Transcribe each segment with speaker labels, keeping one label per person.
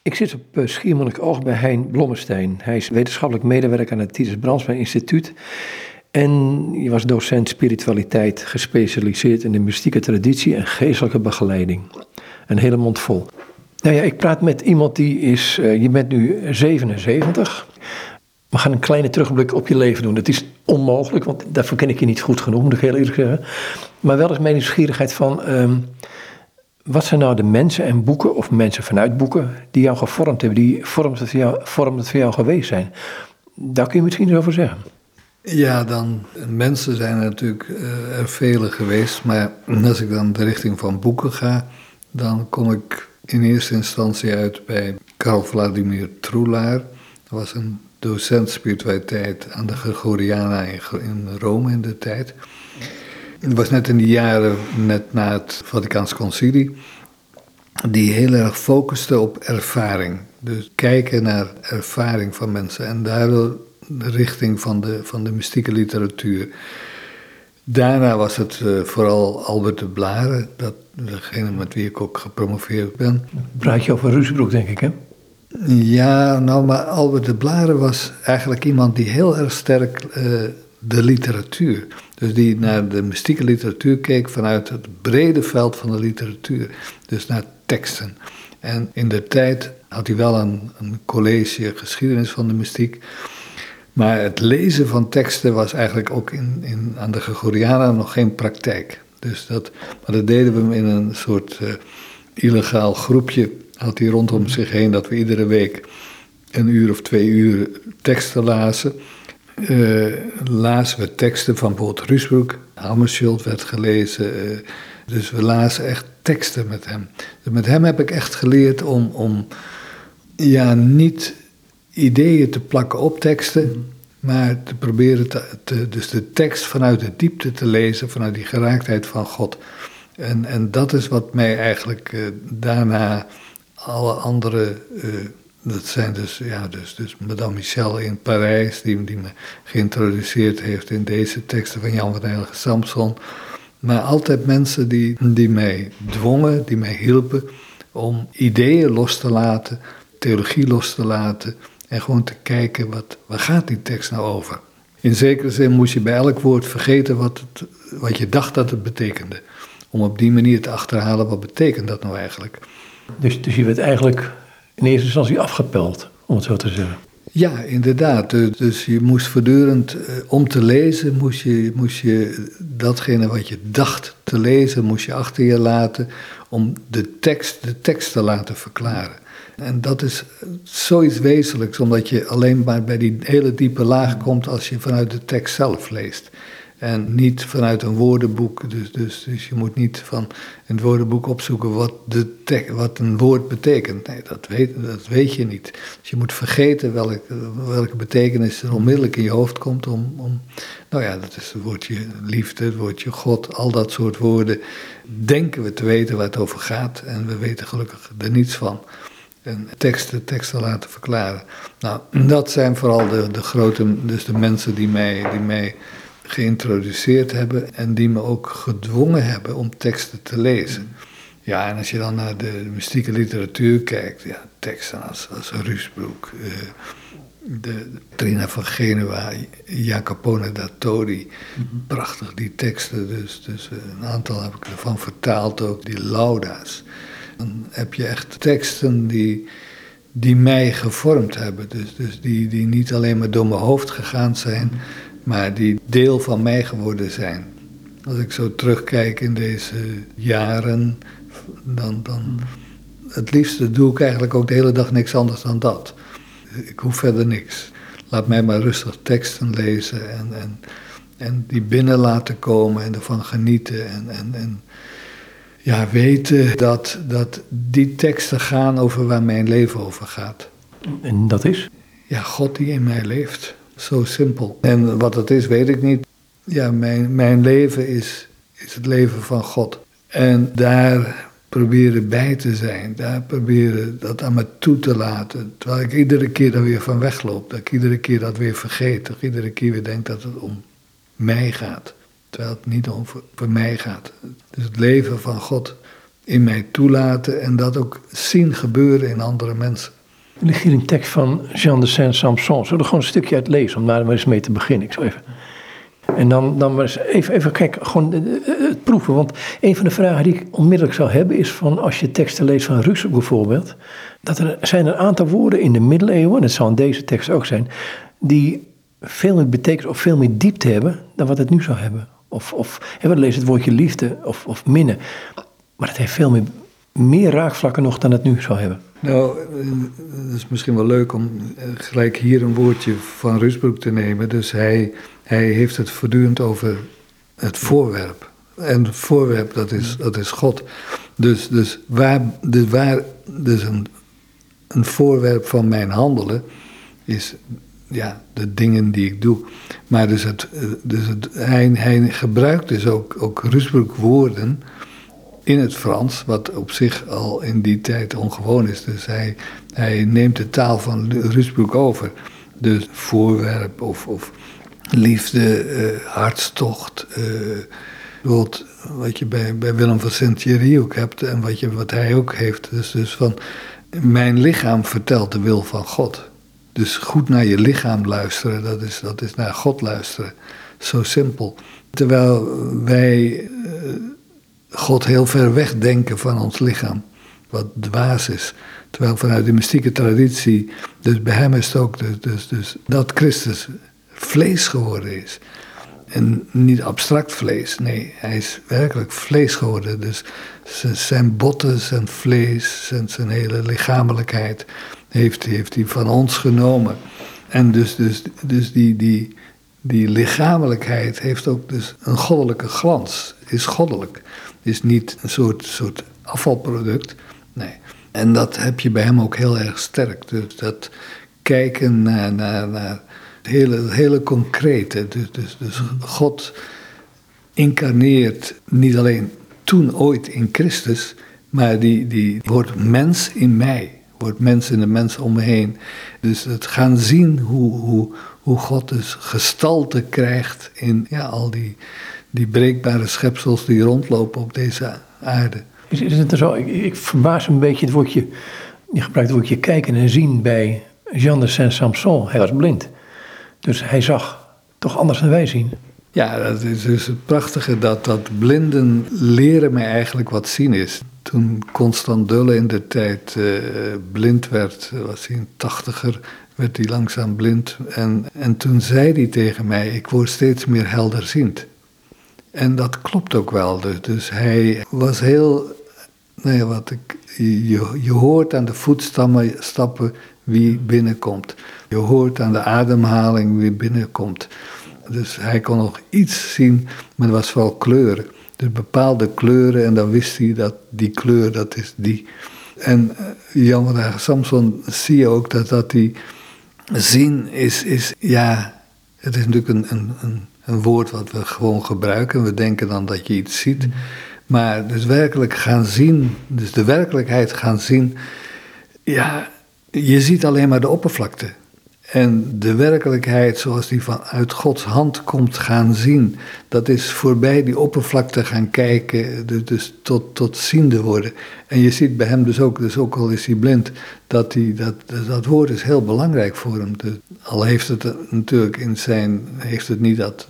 Speaker 1: Ik zit op Schiermonnikoog bij Hein Blommestein. Hij is wetenschappelijk medewerker aan het Titus Brandsma Instituut. En hij was docent spiritualiteit, gespecialiseerd in de mystieke traditie en geestelijke begeleiding. Een hele mond vol. Nou ja, ik praat met iemand die is, je bent nu 77. We gaan een kleine terugblik op je leven doen. Dat is onmogelijk, want daarvoor ken ik je niet goed genoeg, moet ik heel eerlijk zeggen. Maar wel eens mijn nieuwsgierigheid van, wat zijn nou de mensen en boeken, of mensen vanuit boeken, die jou gevormd hebben, die vormend voor jou geweest zijn? Daar kun je misschien iets over zeggen.
Speaker 2: Ja, dan mensen zijn er natuurlijk er vele geweest, maar als ik dan de richting van boeken ga, dan kom ik in eerste instantie uit bij Karl Vladimir Troelaar. Dat was een docent spiritualiteit aan de Gregoriana in Rome in de tijd. Het was net in die jaren, net na het Vaticaans Concilie, die heel erg focuste op ervaring. Dus kijken naar ervaring van mensen en daardoor de richting van de mystieke literatuur. Daarna was het vooral Albert de Blaren, degene met wie ik ook gepromoveerd ben.
Speaker 1: Praat je over Ruusbroek, denk ik, hè?
Speaker 2: Ja, nou, maar Albert de Blaren was eigenlijk iemand die heel erg sterk de literatuur, dus die naar de mystieke literatuur keek vanuit het brede veld van de literatuur, dus naar teksten. En in de tijd had hij wel een college geschiedenis van de mystiek, maar het lezen van teksten was eigenlijk ook aan de Gregoriana nog geen praktijk. Maar dat deden we in een soort illegaal groepje, had hij rondom zich heen, dat we iedere week 1 uur of 2 uur teksten lazen. Lazen we teksten van bijvoorbeeld Ruusbroek, Hammarskjöld werd gelezen. Dus we lazen echt teksten met hem. Dus met hem heb ik echt geleerd om niet ideeën te plakken op teksten, maar te proberen dus de tekst vanuit de diepte te lezen, vanuit die geraaktheid van God. En dat is wat mij eigenlijk daarna alle andere, dat zijn dus Madame Michel in Parijs, die me geïntroduceerd heeft in deze teksten van Jan van Heilige Samson. Maar altijd mensen die mij dwongen, die mij hielpen om ideeën los te laten, theologie los te laten en gewoon te kijken, waar gaat die tekst nou over? In zekere zin moest je bij elk woord vergeten wat je dacht dat het betekende. Om op die manier te achterhalen, wat betekent dat nou eigenlijk?
Speaker 1: Dus je werd eigenlijk in eerste instantie afgepeld, om het zo te zeggen.
Speaker 2: Ja, inderdaad. Dus je moest voortdurend, om te lezen, moest je datgene wat je dacht te lezen, moest je achter je laten, om de tekst te laten verklaren. En dat is zoiets wezenlijks, omdat je alleen maar bij die hele diepe laag komt als je vanuit de tekst zelf leest. En niet vanuit een woordenboek, dus je moet niet van een woordenboek opzoeken wat een woord betekent. Nee, dat weet je niet. Dus je moet vergeten welke betekenis er onmiddellijk in je hoofd komt dat is het woordje liefde, het woordje God, al dat soort woorden. Denken we te weten waar het over gaat en we weten gelukkig er niets van. En teksten laten verklaren. Nou, dat zijn vooral de grote, dus de mensen die mij geïntroduceerd hebben en die me ook gedwongen hebben om teksten te lezen. Ja, en als je dan naar de mystieke literatuur kijkt, ja, teksten als Ruusbroek, de Trina van Genua, Jacopone da Todi, prachtig die teksten, dus een aantal heb ik ervan vertaald ook, die lauda's. Dan heb je echt teksten die mij gevormd hebben, dus die niet alleen maar door mijn hoofd gegaan zijn, maar die deel van mij geworden zijn. Als ik zo terugkijk in deze jaren, dan het liefste doe ik eigenlijk ook de hele dag niks anders dan dat. Ik hoef verder niks. Laat mij maar rustig teksten lezen en die binnen laten komen en ervan genieten. En weten dat die teksten gaan over waar mijn leven over gaat.
Speaker 1: En dat is?
Speaker 2: Ja, God die in mij leeft. Zo simpel. En wat dat is, weet ik niet. Ja, mijn leven is het leven van God. En daar proberen bij te zijn. Daar proberen dat aan me toe te laten. Terwijl ik iedere keer daar weer van wegloop. Dat ik iedere keer dat weer vergeet. Dat ik iedere keer weer denk dat het om mij gaat. Terwijl het niet over mij gaat. Dus het leven van God in mij toelaten en dat ook zien gebeuren in andere mensen.
Speaker 1: Er ligt hier een tekst van Jean de Saint-Sampson. Zullen we gewoon een stukje uit lezen om daar maar eens mee te beginnen? Ik zal even. En dan maar eens even kijken, gewoon het proeven. Want een van de vragen die ik onmiddellijk zou hebben is van als je teksten leest van Rusbroek bijvoorbeeld, dat er zijn een aantal woorden in de middeleeuwen, en dat zal in deze tekst ook zijn, die veel meer betekenis of veel meer diepte hebben dan wat het nu zou hebben. We lezen het woordje liefde of minnen. Maar het heeft veel meer raakvlakken nog dan het nu zou hebben.
Speaker 2: Nou, het is misschien wel leuk om gelijk hier een woordje van Rusbroek te nemen. Dus hij heeft het voortdurend over het voorwerp. En het voorwerp, dat is God. Dus een voorwerp van mijn handelen is de dingen die ik doe. Maar hij gebruikt dus ook Rusbroek woorden in het Frans, wat op zich al in die tijd ongewoon is. Dus hij neemt de taal van Rusbroek over. Dus voorwerp of liefde, hartstocht. Bijvoorbeeld wat je bij Willem van Sint-Thierry ook hebt en wat hij ook heeft. Dus van mijn lichaam vertelt de wil van God. Dus goed naar je lichaam luisteren, dat is naar God luisteren. Zo simpel. Terwijl wij God heel ver weg denken van ons lichaam, wat dwaas is. Terwijl vanuit de mystieke traditie, dus bij hem is het ook dus dat Christus vlees geworden is. En niet abstract vlees, nee, hij is werkelijk vlees geworden. Dus zijn botten, zijn vlees, zijn hele lichamelijkheid heeft hij van ons genomen. En dus die lichamelijkheid heeft ook dus een goddelijke glans, is goddelijk. Is niet een soort afvalproduct, nee. En dat heb je bij hem ook heel erg sterk. Dus dat kijken naar hele concrete. Dus God incarneert niet alleen toen ooit in Christus, maar die wordt mens in mij. Wordt mens in de mensen om me heen. Dus het gaan zien hoe God dus gestalte krijgt in al die breekbare schepsels die rondlopen op deze aarde.
Speaker 1: Is het er zo? Ik verbaas een beetje het woordje, je gebruikt het woordje kijken en zien bij Jean de Saint-Sampson. Hij was blind. Dus hij zag toch anders dan wij zien.
Speaker 2: Ja, dat is dus het prachtige dat blinden leren mij eigenlijk wat zien is. Toen Constant Dulle in de tijd blind werd, was hij een 80er, werd hij langzaam blind. En toen zei hij tegen mij, ik word steeds meer helderziend. En dat klopt ook wel. Dus hij was heel, je hoort aan de voetstappen wie binnenkomt. Je hoort aan de ademhaling wie binnenkomt. Dus hij kon nog iets zien, maar het was vooral kleuren. Dus bepaalde kleuren en dan wist hij dat die kleur, dat is die. En Jan van Dagen Samson zie je ook dat die zien is, het is natuurlijk een woord wat we gewoon gebruiken. We denken dan dat je iets ziet. Maar dus werkelijk gaan zien, dus de werkelijkheid gaan zien. Ja, je ziet alleen maar de oppervlakte. En de werkelijkheid zoals die vanuit Gods hand komt gaan zien, dat is voorbij die oppervlakte gaan kijken, dus tot ziende worden. En je ziet bij hem dus ook al is hij blind, dat woord is heel belangrijk voor hem. Al heeft het natuurlijk heeft het niet dat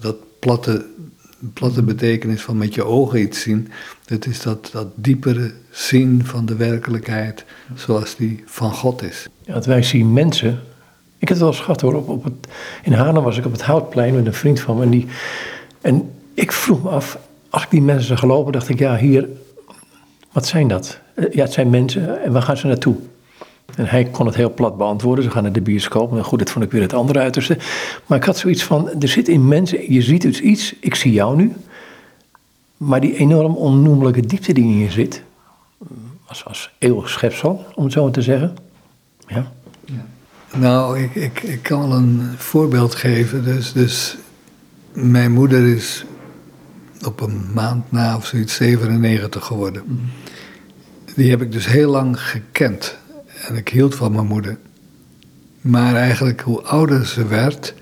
Speaker 2: platte betekenis van met je ogen iets zien. Het is dat diepere zien van de werkelijkheid zoals die van God is.
Speaker 1: Ja, dat wij zien mensen. Ik heb het wel eens gehad hoor. In Haarlem was ik op het Houtplein met een vriend van me. En ik vroeg me af, als ik die mensen zag lopen, dacht ik, ja hier, wat zijn dat? Ja, het zijn mensen en waar gaan ze naartoe? En hij kon het heel plat beantwoorden. Ze gaan naar de bioscoop. En goed, dat vond ik weer het andere uiterste. Maar ik had zoiets van, er zit in mensen, je ziet dus iets, ik zie jou nu. Maar die enorm onnoemelijke diepte die in je zit, als eeuwig schepsel, om het zo maar te zeggen. Ja.
Speaker 2: Nou, ik kan wel een voorbeeld geven. Dus mijn moeder is op een maand na of zoiets 97 geworden. Die heb ik dus heel lang gekend. En ik hield van mijn moeder. Maar eigenlijk hoe ouder ze werd,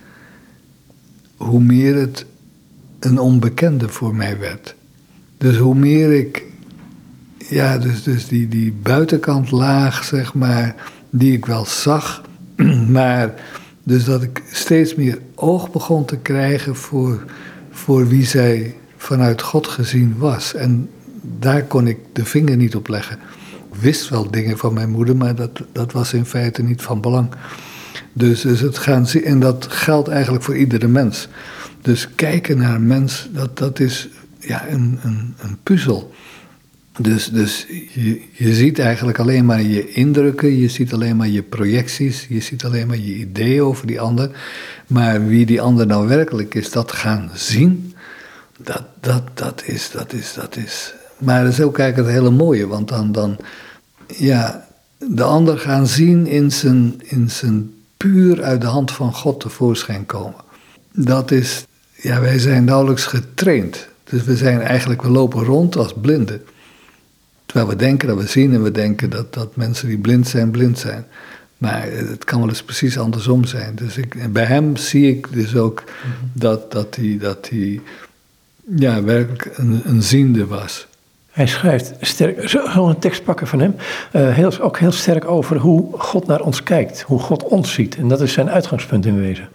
Speaker 2: hoe meer het een onbekende voor mij werd. Dus hoe meer ik Ja, dus die buitenkant laag, zeg maar, die ik wel zag. Maar dus dat ik steeds meer oog begon te krijgen voor wie zij vanuit God gezien was. En daar kon ik de vinger niet op leggen. Ik wist wel dingen van mijn moeder, maar dat was in feite niet van belang. Dus het gaan zien, en dat geldt eigenlijk voor iedere mens. Dus kijken naar een mens, dat is een puzzel. Dus je ziet eigenlijk alleen maar je indrukken, je ziet alleen maar je projecties, je ziet alleen maar je ideeën over die ander. Maar wie die ander nou werkelijk is, dat gaan zien, dat is. Maar dat is ook eigenlijk het hele mooie, want dan de ander gaan zien in zijn puur uit de hand van God tevoorschijn komen. Dat is, wij zijn nauwelijks getraind. Dus we lopen rond als blinden. Terwijl we denken dat we zien en we denken dat mensen die blind zijn. Maar het kan wel eens precies andersom zijn. Dus bij hem zie ik dus ook dat hij werkelijk een ziende was.
Speaker 1: Hij schrijft sterk, zo een tekst pakken van hem, ook heel sterk over hoe God naar ons kijkt, hoe God ons ziet. En dat is zijn uitgangspunt in wezen.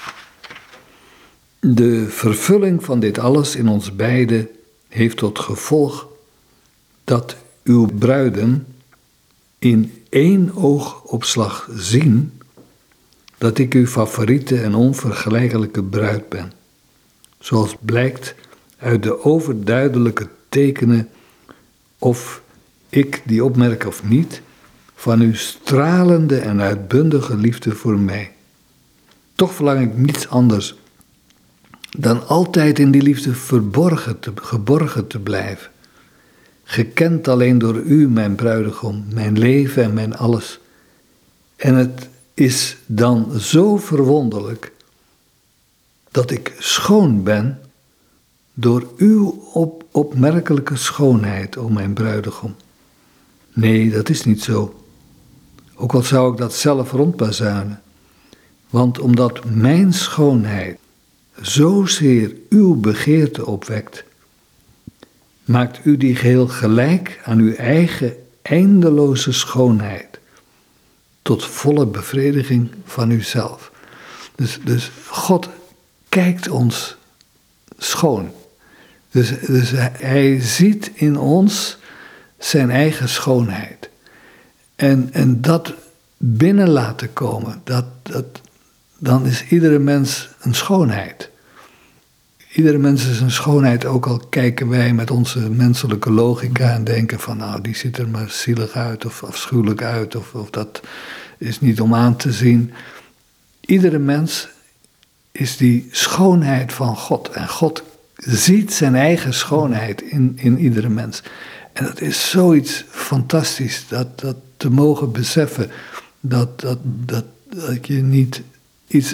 Speaker 2: De vervulling van dit alles in ons beiden heeft tot gevolg dat uw bruiden in één oogopslag zien dat ik uw favoriete en onvergelijkelijke bruid ben. Zoals blijkt uit de overduidelijke tekenen, of ik die opmerk of niet, van uw stralende en uitbundige liefde voor mij. Toch verlang ik niets anders dan altijd in die liefde geborgen te blijven. Gekend alleen door u, mijn bruidegom, mijn leven en mijn alles. En het is dan zo verwonderlijk dat ik schoon ben door uw opmerkelijke schoonheid, o mijn bruidegom. Nee, dat is niet zo. Ook al zou ik dat zelf rondbazuinen. Want omdat mijn schoonheid zozeer uw begeerte opwekt, maakt u die geheel gelijk aan uw eigen eindeloze schoonheid, tot volle bevrediging van uzelf. Dus God kijkt ons schoon. Dus hij ziet in ons zijn eigen schoonheid. En dat binnen laten komen, dan is iedere mens een schoonheid. Iedere mens is een schoonheid, ook al kijken wij met onze menselijke logica en denken van nou, die ziet er maar zielig uit of afschuwelijk uit of dat is niet om aan te zien. Iedere mens is die schoonheid van God en God ziet zijn eigen schoonheid in iedere mens. En dat is zoiets fantastisch, dat te mogen beseffen, dat je niet iets,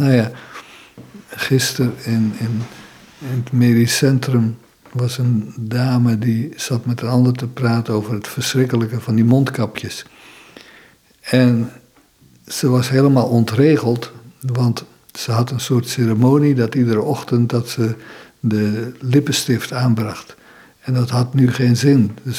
Speaker 2: gisteren in het medisch centrum was een dame die zat met een ander te praten over het verschrikkelijke van die mondkapjes. En ze was helemaal ontregeld, want ze had een soort ceremonie dat iedere ochtend dat ze de lippenstift aanbracht. En dat had nu geen zin. Dus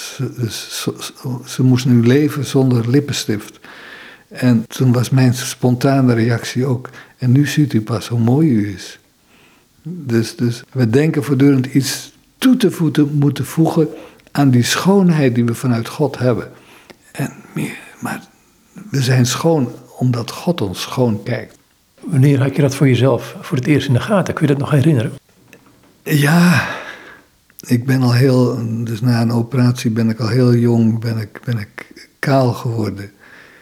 Speaker 2: ze moest nu leven zonder lippenstift. En toen was mijn spontane reactie ook, en nu ziet u pas hoe mooi u is. Dus we denken voortdurend iets toe te moeten voegen aan die schoonheid die we vanuit God hebben. Maar we zijn schoon omdat God ons schoon kijkt.
Speaker 1: Wanneer had je dat voor jezelf voor het eerst in de gaten? Kun je dat nog herinneren?
Speaker 2: Ja, ik ben dus na een operatie ben ik al heel jong, ben ik kaal geworden.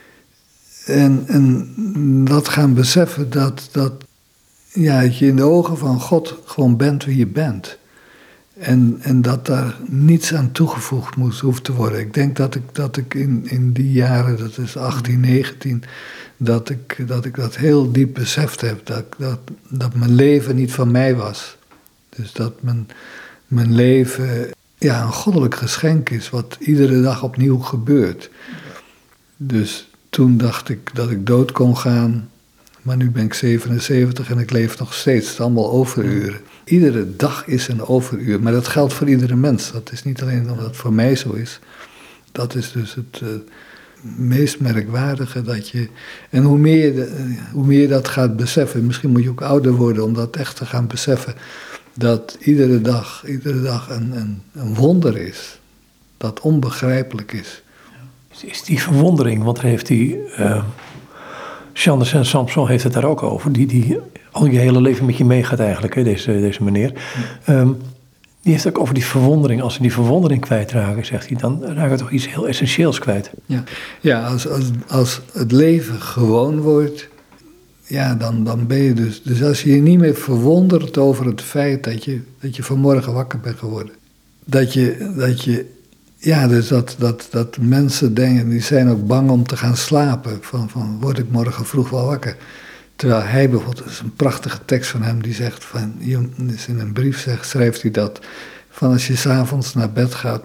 Speaker 2: En dat gaan beseffen dat je in de ogen van God gewoon bent wie je bent. En dat daar niets aan toegevoegd hoeft te worden. Ik denk dat ik in die jaren, dat is 18, 19, dat ik dat heel diep beseft heb. Dat mijn leven niet van mij was. Dus dat mijn leven een goddelijk geschenk is, wat iedere dag opnieuw gebeurt. Dus toen dacht ik dat ik dood kon gaan, Maar nu ben ik 77 en ik leef nog steeds. Het is allemaal overuren. Iedere dag is een overuur. Maar dat geldt voor iedere mens. Dat is niet alleen omdat het voor mij zo is. Dat is dus het meest merkwaardige dat je... En hoe meer je dat gaat beseffen... Misschien moet je ook ouder worden om dat echt te gaan beseffen... dat iedere dag een wonder is. Dat onbegrijpelijk is.
Speaker 1: Is die verwondering, want heeft die... Jean de Saint-Sampson heeft het daar ook over. Die al je hele leven met je meegaat eigenlijk, hè, deze meneer. Die heeft ook over die verwondering. Als ze die verwondering kwijtraken, zegt hij, dan raken we toch iets heel essentieels kwijt.
Speaker 2: Ja, als het leven gewoon wordt, ja, dan ben je dus... Dus als je je niet meer verwondert over het feit dat je vanmorgen wakker bent geworden. Dat mensen denken, die zijn ook bang om te gaan slapen. Van word ik morgen vroeg wel wakker? Terwijl hij bijvoorbeeld, dat is een prachtige tekst van hem, die zegt van, in een brief schrijft hij dat, van als je 's avonds naar bed gaat,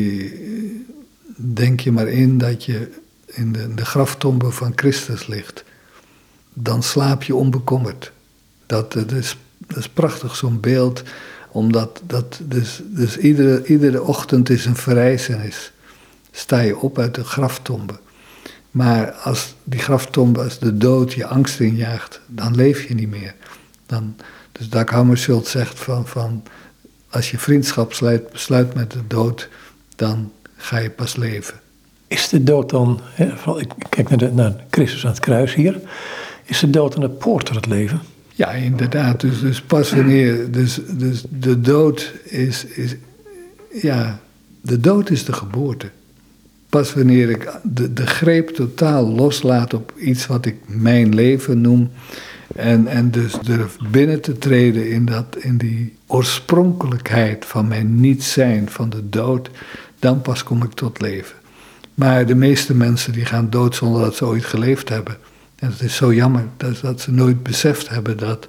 Speaker 2: denk je maar in dat je in de graftombe van Christus ligt. Dan slaap je onbekommerd. Dat is prachtig, zo'n beeld, omdat dus iedere ochtend is een verrijzenis. Sta je op uit de graftombe. Maar als die graftombe, als de dood je angst injaagt, dan leef je niet meer. Dus Dag Hammarskjöld zegt van als je vriendschap sluit met de dood, dan ga je pas leven.
Speaker 1: Is de dood dan, ik kijk naar Christus aan het kruis hier, is de dood dan de poort tot het leven?
Speaker 2: Ja, inderdaad. Dus pas wanneer, dus de dood is de dood is de geboorte. Pas wanneer ik de greep totaal loslaat op iets wat ik mijn leven noem. En dus durf binnen te treden in die oorspronkelijkheid van mijn niet zijn, van de dood. Dan pas kom ik tot leven. Maar de meeste mensen die gaan dood zonder dat ze ooit geleefd hebben. En het is zo jammer dat ze nooit beseft hebben dat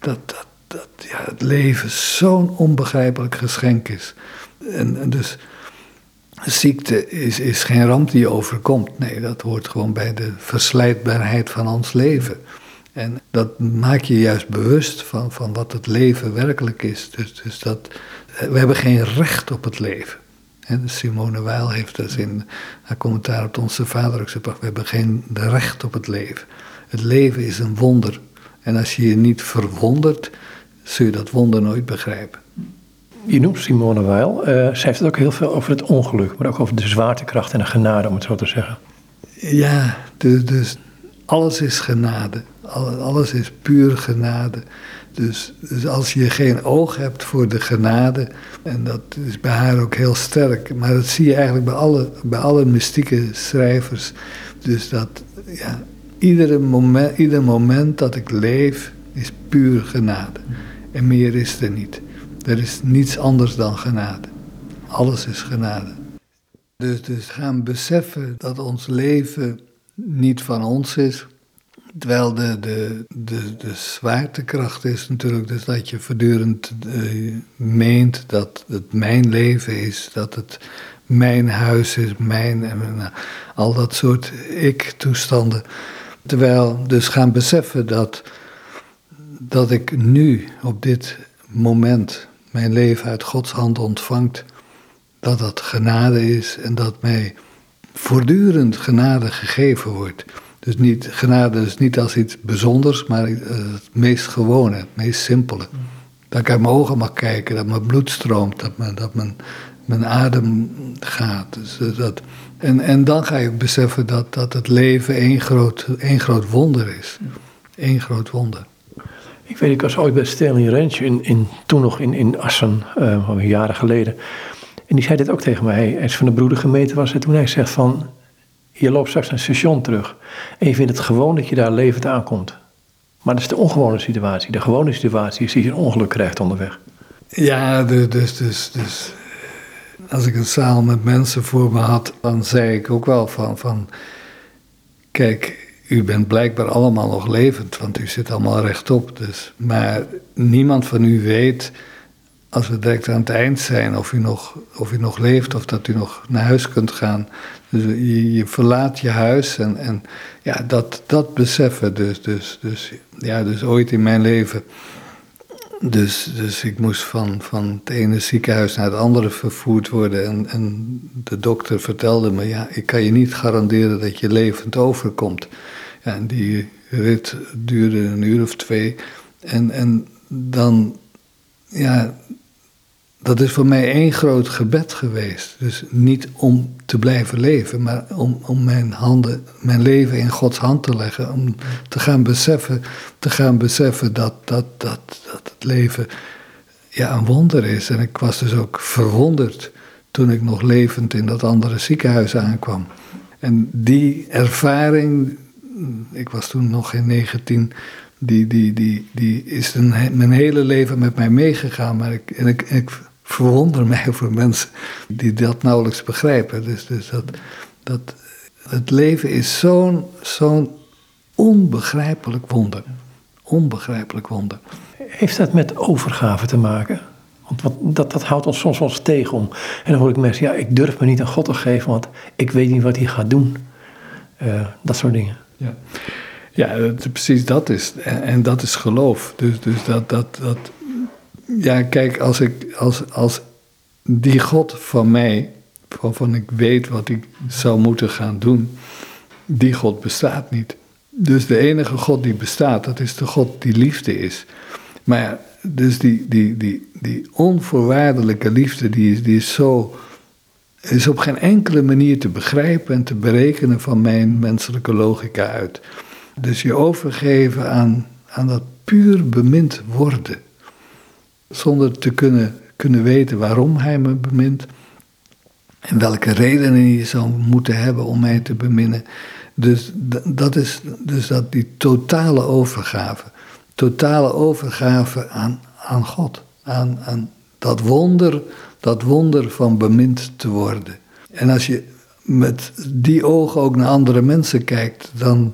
Speaker 2: het leven zo'n onbegrijpelijk geschenk is. En dus... Ziekte is geen ramp die je overkomt. Nee, dat hoort gewoon bij de verslijtbaarheid van ons leven. En dat maakt je juist bewust van wat het leven werkelijk is. Dus we hebben geen recht op het leven. En Simone Weil heeft dus in haar commentaar op Onze Vader ook gezegd, we hebben geen recht op het leven. Het leven is een wonder. En als je je niet verwondert, zul je dat wonder nooit begrijpen.
Speaker 1: Je noemt Simone Weil. Zij heeft het ook heel veel over het ongeluk, maar ook over de zwaartekracht en de genade, om het zo te zeggen.
Speaker 2: Ja, dus alles is genade. Alles is puur genade. Dus als je geen oog hebt voor de genade, en dat is bij haar ook heel sterk, maar dat zie je eigenlijk bij alle mystieke schrijvers. Dus dat, ja, ieder moment dat ik leef is puur genade. En meer is er niet. Er is niets anders dan genade. Alles is genade. Dus gaan beseffen dat ons leven niet van ons is. Terwijl de zwaartekracht is natuurlijk dus dat je voortdurend meent dat het mijn leven is. Dat het mijn huis is, al dat soort ik-toestanden. Terwijl dus gaan beseffen dat ik nu op dit moment mijn leven uit Gods hand ontvangt, dat dat genade is en dat mij voortdurend genade gegeven wordt. Dus genade is niet als iets bijzonders, maar het meest gewone, het meest simpele. Dat ik uit mijn ogen mag kijken, dat mijn bloed stroomt, dat mijn adem gaat. Dus en dan ga je beseffen dat het leven één groot wonder is. Eén groot wonder.
Speaker 1: Ik weet, ik was ooit bij Stanley Ranch, toen nog in Assen, jaren geleden. En die zei dit ook tegen mij. Hij is van de broedergemeente was het toen. Hij zegt van, je loopt straks naar het station terug. En je vindt het gewoon dat je daar levend aankomt. Maar dat is de ongewone situatie. De gewone situatie is dat je een ongeluk krijgt onderweg.
Speaker 2: Ja, dus als ik een zaal met mensen voor me had, dan zei ik ook wel van kijk, u bent blijkbaar allemaal nog levend, want u zit allemaal rechtop. Maar niemand van u weet als we direct aan het eind zijn, of u nog leeft of dat u nog naar huis kunt gaan. Dus je verlaat je huis en ja, dat beseffen dus ooit in mijn leven. Dus ik moest van het ene ziekenhuis naar het andere vervoerd worden en de dokter vertelde me, ja, ik kan je niet garanderen dat je levend overkomt. Ja, en die rit duurde 1 uur of 2 en dan, ja, dat is voor mij 1 groot gebed geweest. Dus niet om te blijven leven, maar om mijn leven in Gods hand te leggen. Om te gaan beseffen dat het leven ja, een wonder is. En ik was dus ook verwonderd toen ik nog levend in dat andere ziekenhuis aankwam. En die ervaring, ik was toen nog geen 19... Die is mijn hele leven met mij meegegaan. Maar ik verwonder mij voor mensen die dat nauwelijks begrijpen. Dus dat het leven is zo'n onbegrijpelijk wonder. Onbegrijpelijk wonder.
Speaker 1: Heeft dat met overgave te maken? Want dat houdt ons soms wel eens tegen om. En dan hoor ik mensen, ja, ik durf me niet aan God te geven, want ik weet niet wat hij gaat doen. Dat soort dingen.
Speaker 2: Ja. Ja, precies dat is. En dat is geloof. Dus dat ja, kijk, als die God van mij, waarvan ik weet wat ik zou moeten gaan doen, die God bestaat niet. Dus de enige God die bestaat, dat is de God die liefde is. Maar ja, dus die onvoorwaardelijke liefde, die is zo, is op geen enkele manier te begrijpen en te berekenen van mijn menselijke logica uit. Dus je overgeven aan dat puur bemind worden. Zonder te kunnen weten waarom hij me bemint. En welke redenen je zou moeten hebben om mij te beminnen. Dus dat is die totale overgave. Totale overgave aan God. Aan dat wonder van bemind te worden. En als je met die ogen ook naar andere mensen kijkt, dan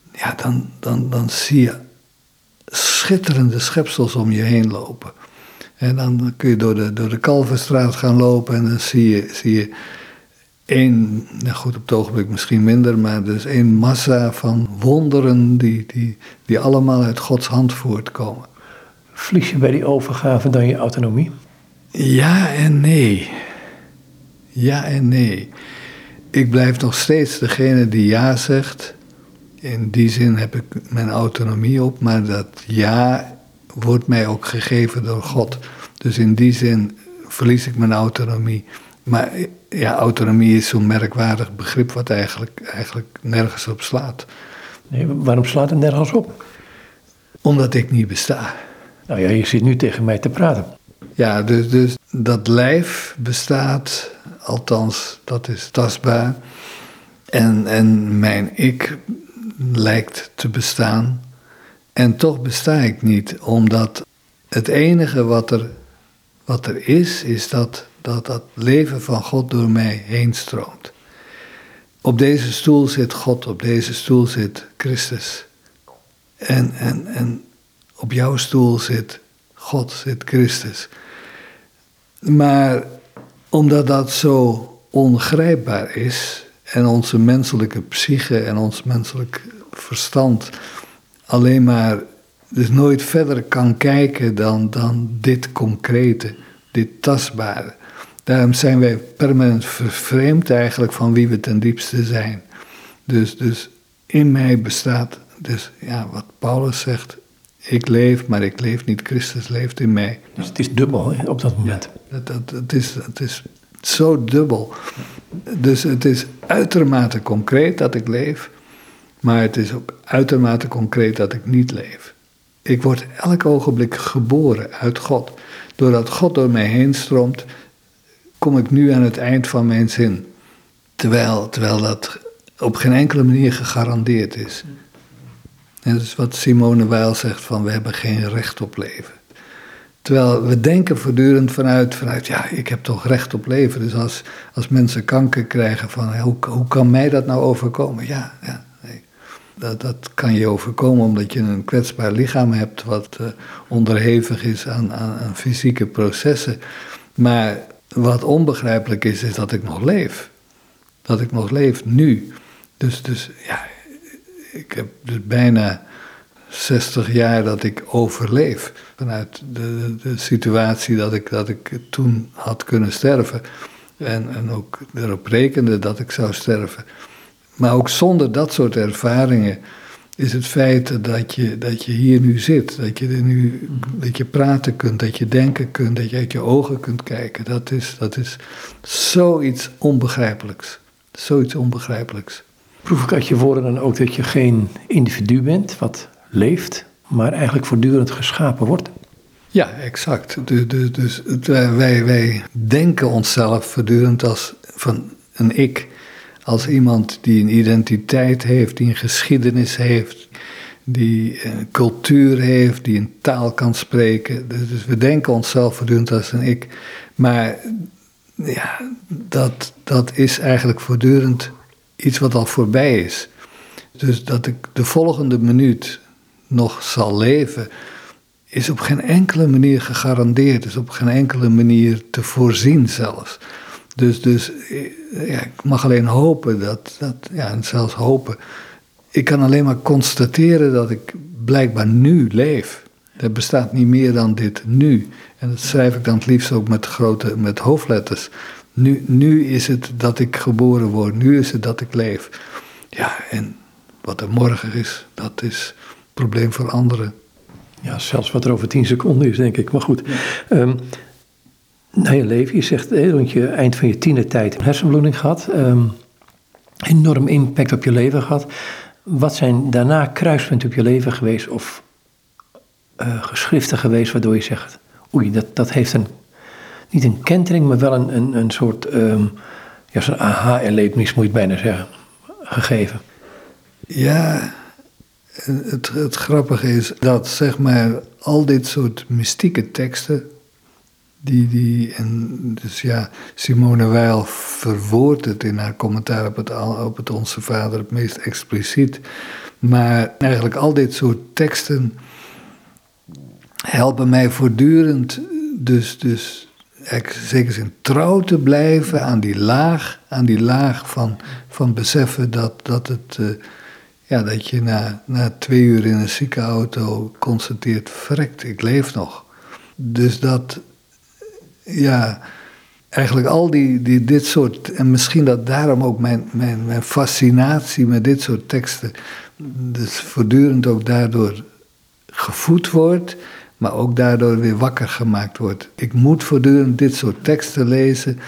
Speaker 2: zie je schitterende schepsels om je heen lopen. En dan kun je door de Kalverstraat gaan lopen en dan zie je één, nou goed, op het ogenblik misschien minder, maar dus 1 massa van wonderen die allemaal uit Gods hand voortkomen.
Speaker 1: Verlies je bij die overgave dan je autonomie?
Speaker 2: Ja en nee. Ja en nee. Ik blijf nog steeds degene die ja zegt. In die zin heb ik mijn autonomie op, maar dat ja wordt mij ook gegeven door God. Dus in die zin verlies ik mijn autonomie. Maar ja, autonomie is zo'n merkwaardig begrip wat eigenlijk nergens op slaat.
Speaker 1: Nee, waarom slaat het nergens op?
Speaker 2: Omdat ik niet besta.
Speaker 1: Nou ja, je zit nu tegen mij te praten.
Speaker 2: Ja, dus dat lijf bestaat, althans dat is tastbaar. En mijn ik lijkt te bestaan. En toch besta ik niet, omdat het enige wat er is dat leven van God door mij heen stroomt. Op deze stoel zit God, op deze stoel zit Christus. En op jouw stoel zit God, zit Christus. Maar omdat dat zo ongrijpbaar is en onze menselijke psyche en ons menselijk verstand alleen maar dus nooit verder kan kijken dan dit concrete, dit tastbare. Daarom zijn wij permanent vervreemd eigenlijk van wie we ten diepste zijn. Dus in mij bestaat, dus ja, wat Paulus zegt, ik leef, maar ik leef niet, Christus leeft in mij.
Speaker 1: Dus het is dubbel op dat moment.
Speaker 2: Ja, het is zo dubbel. Dus het is uitermate concreet dat ik leef, maar het is ook uitermate concreet dat ik niet leef. Ik word elk ogenblik geboren uit God. Doordat God door mij heen stroomt, kom ik nu aan het eind van mijn zin. Terwijl dat op geen enkele manier gegarandeerd is. En dat is wat Simone Weil zegt van we hebben geen recht op leven. Terwijl we denken voortdurend vanuit ja, ik heb toch recht op leven. Dus als mensen kanker krijgen van hoe kan mij dat nou overkomen? Ja, nee. Dat kan je overkomen omdat je een kwetsbaar lichaam hebt wat onderhevig is aan fysieke processen. Maar wat onbegrijpelijk is dat ik nog leef. Dat ik nog leef nu. Dus ja, ik heb dus bijna 60 jaar dat ik overleef. Vanuit de situatie dat ik toen had kunnen sterven. En ook erop rekende dat ik zou sterven. Maar ook zonder dat soort ervaringen is het feit dat je hier nu zit. Dat je praten kunt, dat je denken kunt, dat je uit je ogen kunt kijken. Dat is zoiets onbegrijpelijks. Zoiets onbegrijpelijks.
Speaker 1: Proef ik uit je woorden dan ook dat je geen individu bent wat leeft, maar eigenlijk voortdurend geschapen wordt?
Speaker 2: Ja, exact. Dus wij denken onszelf voortdurend als van een ik. Als iemand die een identiteit heeft, die een geschiedenis heeft, die een cultuur heeft, die een taal kan spreken. Dus we denken onszelf voortdurend als een ik. Maar ja, dat is eigenlijk voortdurend iets wat al voorbij is. Dus dat ik de volgende minuut nog zal leven, is op geen enkele manier gegarandeerd, is op geen enkele manier te voorzien zelfs. Dus ja, ik mag alleen hopen en zelfs hopen. Ik kan alleen maar constateren dat ik blijkbaar nu leef. Er bestaat niet meer dan dit nu. En dat schrijf ik dan het liefst ook met hoofdletters. Nu is het dat ik geboren word, nu is het dat ik leef. Ja, en wat er morgen is, dat is een probleem voor anderen.
Speaker 1: Ja, zelfs wat er over 10 seconden is, denk ik. Maar goed. Ja. Na je leven, je zegt rond je eind van je tienertijd een hersenbloeding gehad. Enorm impact op je leven gehad. Wat zijn daarna kruispunten op je leven geweest of geschriften geweest waardoor je zegt, oei, dat heeft niet een kentering, maar wel een soort, zo'n aha-erlevenis moet je het bijna zeggen, gegeven?
Speaker 2: Ja, het grappige is dat zeg maar al dit soort mystieke teksten, dus ja, Simone Weil verwoordt het in haar commentaar op het Onze Vader het meest expliciet. Maar eigenlijk al dit soort teksten helpen mij voortdurend dus zeker zin trouw te blijven aan die laag van beseffen dat je na 2 uur in een ziekenauto constateert, verrekt, ik leef nog. Dus dat, ja, eigenlijk al dit soort, en misschien dat daarom ook mijn fascinatie met dit soort teksten, dus voortdurend ook daardoor gevoed wordt, maar ook daardoor weer wakker gemaakt wordt. Ik moet voortdurend dit soort teksten lezen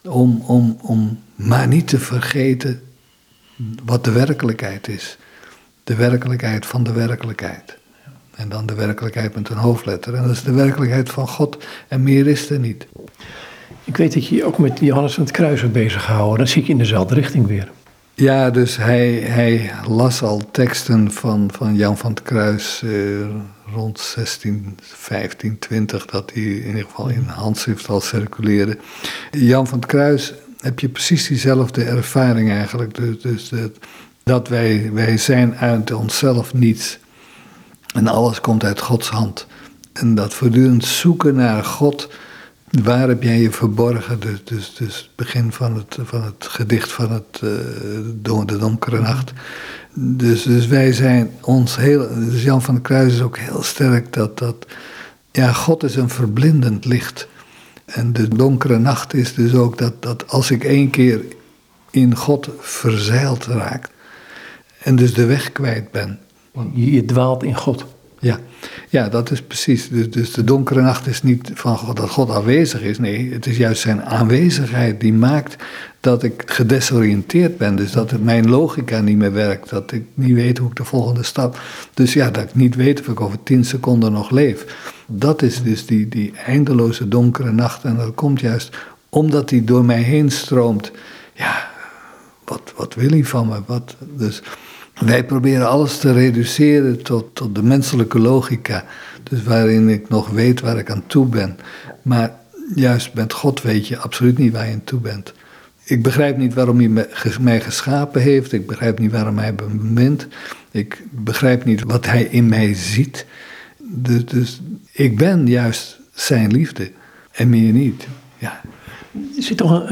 Speaker 2: om maar niet te vergeten wat de werkelijkheid is. De werkelijkheid van de werkelijkheid. En dan de werkelijkheid met een hoofdletter. En dat is de werkelijkheid van God. En meer is er niet.
Speaker 1: Ik weet dat je je ook met Johannes van het Kruis hebt bezig gehouden. Dan zie ik je in dezelfde richting weer.
Speaker 2: Ja, dus hij las al teksten van Jan van het Kruis rond 16, 15, 20, dat hij in ieder geval in handschrift al circuleerde. Jan van het Kruis heb je precies diezelfde ervaring eigenlijk. Dus dat wij zijn uit onszelf niets. En alles komt uit Gods hand. En dat voortdurend zoeken naar God. Waar heb jij je verborgen? Dus het begin van het gedicht van de donkere nacht. Dus wij zijn ons heel... Dus Jan van het Kruis is ook heel sterk dat God is een verblindend licht. En de donkere nacht is dus ook dat als ik 1 keer in God verzeild raak en dus de weg kwijt ben.
Speaker 1: Je dwaalt in God.
Speaker 2: Ja, dat is precies. Dus de donkere nacht is niet van God, dat God aanwezig is. Nee, het is juist zijn aanwezigheid die maakt dat ik gedesoriënteerd ben. Dus dat mijn logica niet meer werkt. Dat ik niet weet hoe ik de volgende stap... Dus ja, dat ik niet weet of ik over 10 seconden nog leef. Dat is dus die eindeloze donkere nacht. En dat komt juist omdat die door mij heen stroomt. Ja, wat wil hij van me? Dus wij proberen alles te reduceren tot de menselijke logica. Dus waarin ik nog weet waar ik aan toe ben. Maar juist met God weet je absoluut niet waar je aan toe bent. Ik begrijp niet waarom hij mij geschapen heeft. Ik begrijp niet waarom hij me bemint. Ik begrijp niet wat hij in mij ziet. Dus ik ben juist zijn liefde en meer niet. Ja.
Speaker 1: Er zit toch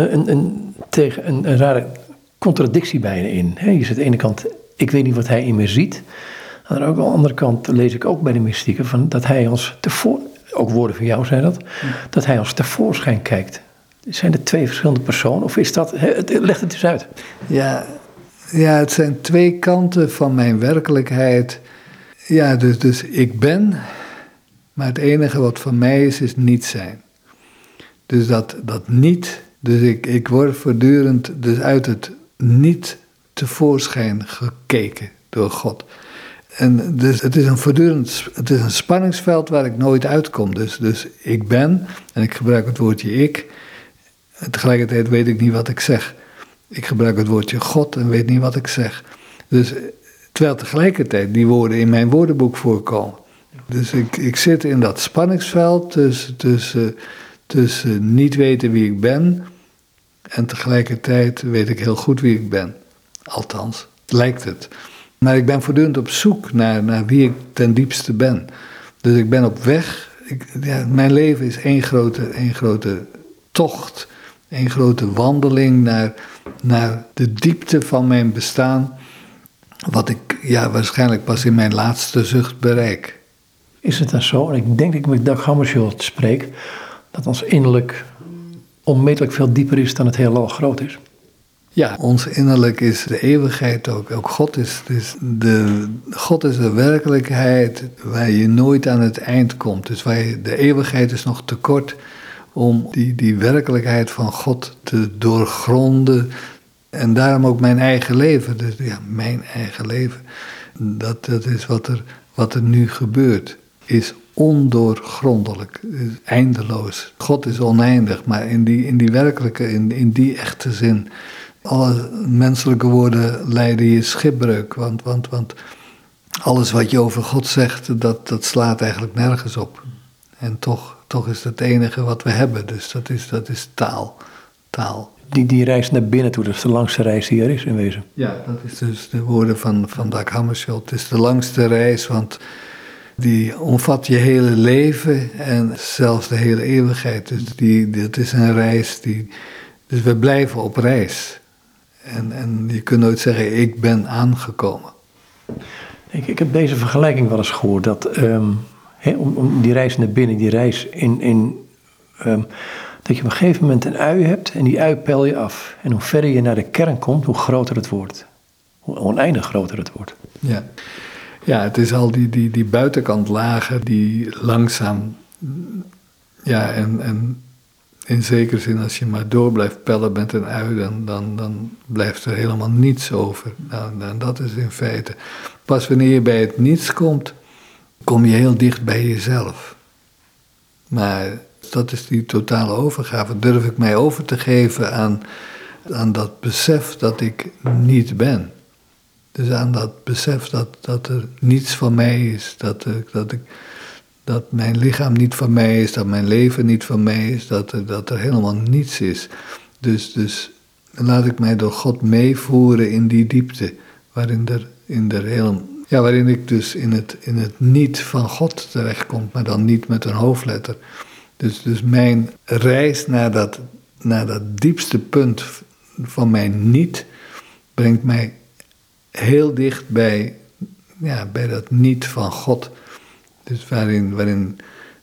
Speaker 1: een rare contradictie bijna in. Hè? Je zit aan de ene kant, ik weet niet wat hij in me ziet. Aan de andere kant lees ik ook bij de mystieken van dat hij ons ook woorden van jou zijn dat hij ons tevoorschijn kijkt. Zijn er twee verschillende personen of is dat, leg het eens uit.
Speaker 2: Ja, het zijn twee kanten van mijn werkelijkheid. Ja, dus ik ben, maar het enige wat van mij is niet zijn. Dus dat niet, dus ik word voortdurend dus uit het niet tevoorschijn gekeken door God. En dus het is een spanningsveld waar ik nooit uitkom. Dus ik ben, en ik gebruik het woordje ik, en tegelijkertijd weet ik niet wat ik zeg. Ik gebruik het woordje God en weet niet wat ik zeg. Dus, terwijl tegelijkertijd die woorden in mijn woordenboek voorkomen. Dus ik zit in dat spanningsveld tussen niet weten wie ik ben en tegelijkertijd weet ik heel goed wie ik ben. Althans, lijkt het. Maar ik ben voortdurend op zoek naar wie ik ten diepste ben. Dus ik ben op weg. Mijn leven is één grote tocht. Één grote wandeling naar de diepte van mijn bestaan. Wat ik waarschijnlijk pas in mijn laatste zucht bereik.
Speaker 1: Is het dan zo, en ik denk dat ik met Dag Hammarskjöld spreek, dat ons innerlijk onmetelijk veel dieper is dan het heelal groot is?
Speaker 2: Ja, ons innerlijk is de eeuwigheid ook. Ook God is de werkelijkheid waar je nooit aan het eind komt. Dus de eeuwigheid is nog te kort om die werkelijkheid van God te doorgronden. En daarom ook mijn eigen leven. Dus ja, mijn eigen leven. Dat is wat er nu gebeurt. Is ondoorgrondelijk, is eindeloos. God is oneindig, maar in die werkelijke, in die echte zin. Alle menselijke woorden leiden je schipbreuk, want alles wat je over God zegt, dat slaat eigenlijk nergens op. En toch is het enige wat we hebben, dus dat is taal.
Speaker 1: Die reis naar binnen toe, dat is de langste reis die er is in wezen.
Speaker 2: Ja, dat is dus de woorden van Dag Hammarskjöld. Het is de langste reis, want die omvat je hele leven en zelfs de hele eeuwigheid. Dus dat is een reis dus we blijven op reis. En je kunt nooit zeggen, ik ben aangekomen.
Speaker 1: Ik heb deze vergelijking wel eens gehoord, dat om die reis naar binnen, die reis dat je op een gegeven moment een ui hebt en die ui peil je af. En hoe verder je naar de kern komt, hoe groter het wordt. Hoe oneindig groter het wordt.
Speaker 2: Ja, het is al die buitenkantlagen die langzaam, ja, en in zekere zin, als je maar door blijft pellen met een ui, dan blijft er helemaal niets over. Nou, dat is in feite. Pas wanneer je bij het niets komt, kom je heel dicht bij jezelf. Maar dat is die totale overgave. Durf ik mij over te geven aan dat besef dat ik niet ben. Dus aan dat besef dat er niets van mij is, dat mijn lichaam niet van mij is, dat mijn leven niet van mij is, dat er helemaal niets is. Dus laat ik mij door God meevoeren in die diepte, waarin ik dus in het niet van God terechtkom, maar dan niet met een hoofdletter. Dus mijn reis naar dat diepste punt van mijn niet brengt mij heel dicht bij dat niet van God. Dus waarin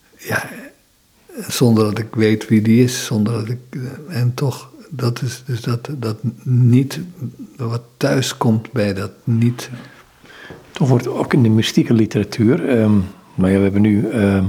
Speaker 2: zonder dat ik weet wie die is, en toch, dat is dus dat niet wat thuis komt bij dat niet.
Speaker 1: Toch wordt ook in de mystieke literatuur, maar ja, we hebben nu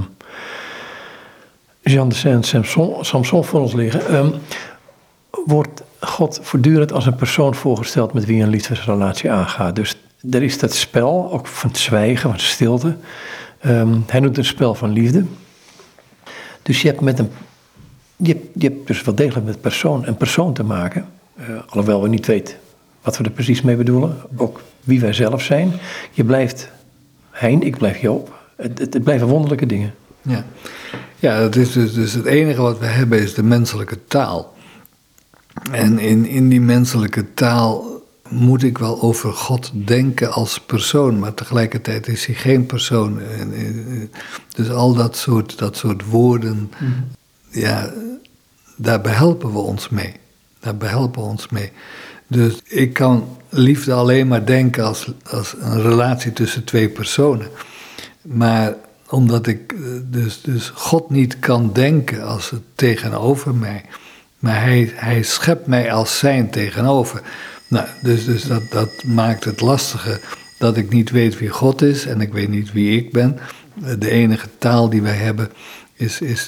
Speaker 1: Jean de Saint-Samson voor ons liggen, wordt God voortdurend als een persoon voorgesteld met wie een liefdesrelatie aangaat. Dus er is dat spel, ook van het zwijgen, van stilte. Hij noemt het een spel van liefde. Dus je hebt dus wel degelijk met een persoon te maken. Alhoewel we niet weten wat we er precies mee bedoelen. Ook wie wij zelf zijn. Je blijft Hein, ik blijf Joop. Het blijven wonderlijke dingen.
Speaker 2: Ja, dat is dus het enige wat we hebben is de menselijke taal. En in die menselijke taal moet ik wel over God denken als persoon, maar tegelijkertijd is hij geen persoon. Dus al dat soort woorden, ja, daar behelpen we ons mee. Dus ik kan liefde alleen maar denken als een relatie tussen twee personen. Maar omdat ik dus God niet kan denken als het tegenover mij, maar hij schept mij als zijn tegenover. Nou, dus dat maakt het lastige dat ik niet weet wie God is en ik weet niet wie ik ben. De enige taal die wij hebben is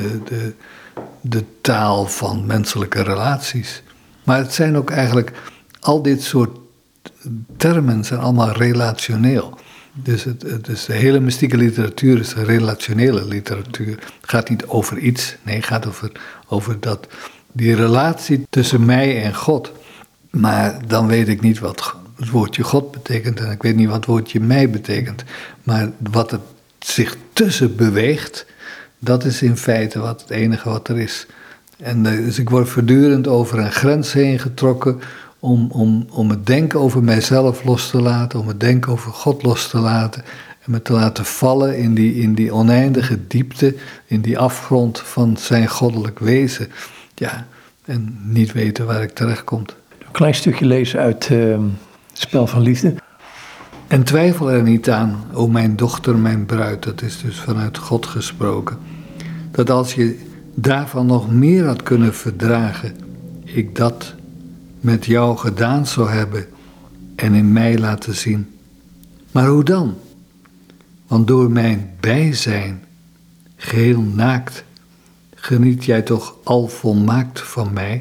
Speaker 2: de taal van menselijke relaties. Maar het zijn ook eigenlijk, al dit soort termen zijn allemaal relationeel. Dus de hele mystieke literatuur is een relationele literatuur. Het gaat niet over iets, nee, het gaat over die relatie tussen mij en God. Maar dan weet ik niet wat het woordje God betekent en ik weet niet wat het woordje mij betekent. Maar wat het zich tussen beweegt, dat is in feite het enige wat er is. En dus ik word voortdurend over een grens heen getrokken om het denken over mijzelf los te laten, om het denken over God los te laten en me te laten vallen in die oneindige diepte, in die afgrond van zijn goddelijk wezen. Ja, en niet weten waar ik terechtkom.
Speaker 1: Een klein stukje lezen uit het spel van liefde.
Speaker 2: En twijfel er niet aan, o mijn dochter, mijn bruid, dat is dus vanuit God gesproken, dat als je daarvan nog meer had kunnen verdragen, ik dat met jou gedaan zou hebben en in mij laten zien. Maar hoe dan? Want door mijn bijzijn, geheel naakt, geniet jij toch al volmaakt van mij?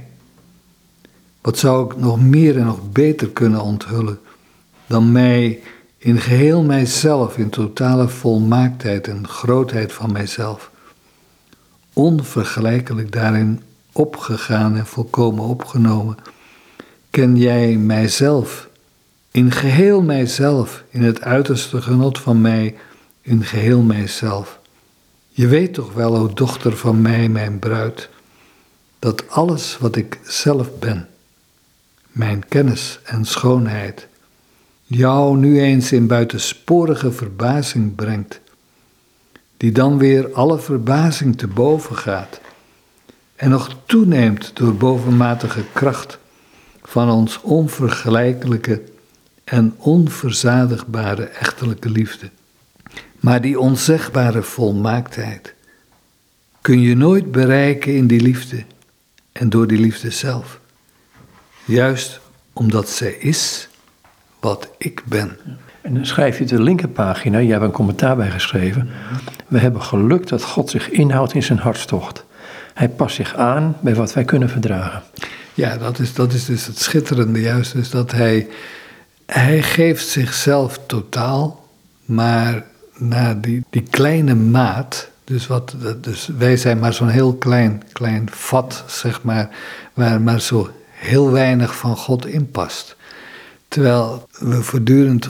Speaker 2: Wat zou ik nog meer en nog beter kunnen onthullen dan mij in geheel mijzelf, in totale volmaaktheid en grootheid van mijzelf, onvergelijkelijk daarin opgegaan en volkomen opgenomen, ken jij mijzelf, in geheel mijzelf, in het uiterste genot van mij, in geheel mijzelf. Je weet toch wel, o dochter van mij, mijn bruid, dat alles wat ik zelf ben, mijn kennis en schoonheid, jou nu eens in buitensporige verbazing brengt, die dan weer alle verbazing te boven gaat en nog toeneemt door bovenmatige kracht van ons onvergelijkelijke en onverzadigbare echtelijke liefde. Maar die onzegbare volmaaktheid kun je nooit bereiken in die liefde en door die liefde zelf. Juist omdat zij is wat ik ben.
Speaker 1: En dan schrijf je de linkerpagina, jij hebt een commentaar bij geschreven. We hebben geluk dat God zich inhoudt in zijn hartstocht. Hij past zich aan bij wat wij kunnen verdragen.
Speaker 2: Ja, dat is dus het schitterende juist. Dus dat hij geeft zichzelf totaal, maar naar die kleine maat. Dus wij zijn maar zo'n heel klein vat, zeg maar, waar maar zo heel weinig van God in past. Terwijl we voortdurend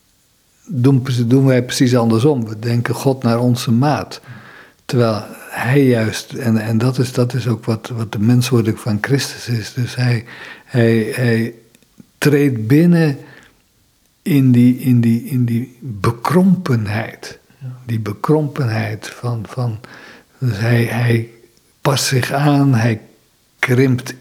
Speaker 2: doen wij precies andersom. We denken God naar onze maat. Terwijl hij juist, en dat is ook wat de menswording van Christus is. Dus hij treedt binnen in die bekrompenheid. Die bekrompenheid van dus hij past zich aan, hij krimpt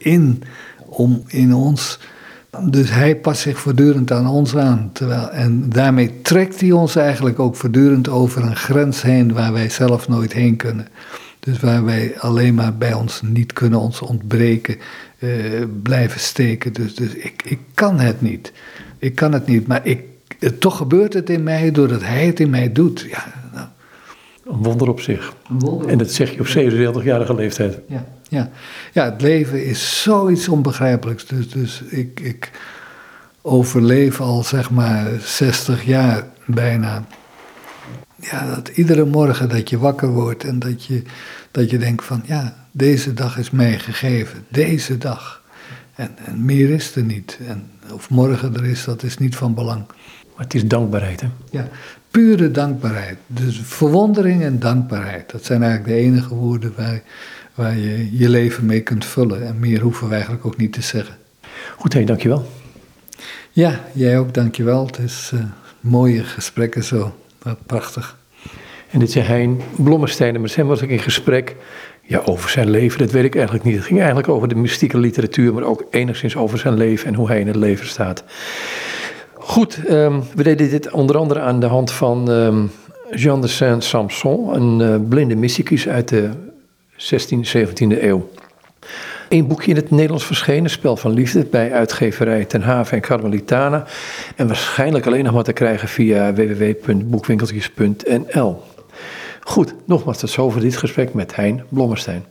Speaker 2: in ons. Dus hij past zich voortdurend aan ons aan. En daarmee trekt hij ons eigenlijk ook voortdurend over een grens heen waar wij zelf nooit heen kunnen. Dus waar wij alleen maar bij ons niet kunnen, ons ontbreken, blijven steken. Dus ik kan het niet. Ik kan het niet, maar toch gebeurt het in mij doordat hij het in mij doet. Ja, nou.
Speaker 1: Een wonder op zich. En dat zeg je op 77-jarige leeftijd.
Speaker 2: Ja, het leven is zoiets onbegrijpelijks. Dus ik overleef al zeg maar 60 jaar bijna. Ja, dat iedere morgen dat je wakker wordt en dat je denkt van ja, deze dag is mij gegeven. Deze dag. En meer is er niet. Of morgen er is, dat is niet van belang. Maar
Speaker 1: het is dankbaarheid, hè?
Speaker 2: Ja, pure dankbaarheid. Dus verwondering en dankbaarheid. Dat zijn eigenlijk de enige woorden waar je je leven mee kunt vullen. En meer hoeven we eigenlijk ook niet te zeggen.
Speaker 1: Goed, dankjewel.
Speaker 2: Ja, jij ook, dankjewel. Het is mooie gesprekken zo. Prachtig.
Speaker 1: En dit zei Hein Blommestein. En met hem was ik in gesprek over zijn leven. Dat weet ik eigenlijk niet. Het ging eigenlijk over de mystieke literatuur, maar ook enigszins over zijn leven en hoe hij in het leven staat. Goed, we deden dit onder andere aan de hand van Jean de Saint-Sampson, een blinde mysticus uit de 16e, 17e eeuw. Eén boekje in het Nederlands verschenen, Spel van Liefde, bij uitgeverij Ten Haven en Carmelitana. En waarschijnlijk alleen nog maar te krijgen via www.boekwinkeltjes.nl. Goed, nogmaals tot zover dit gesprek met Hein Blommestein.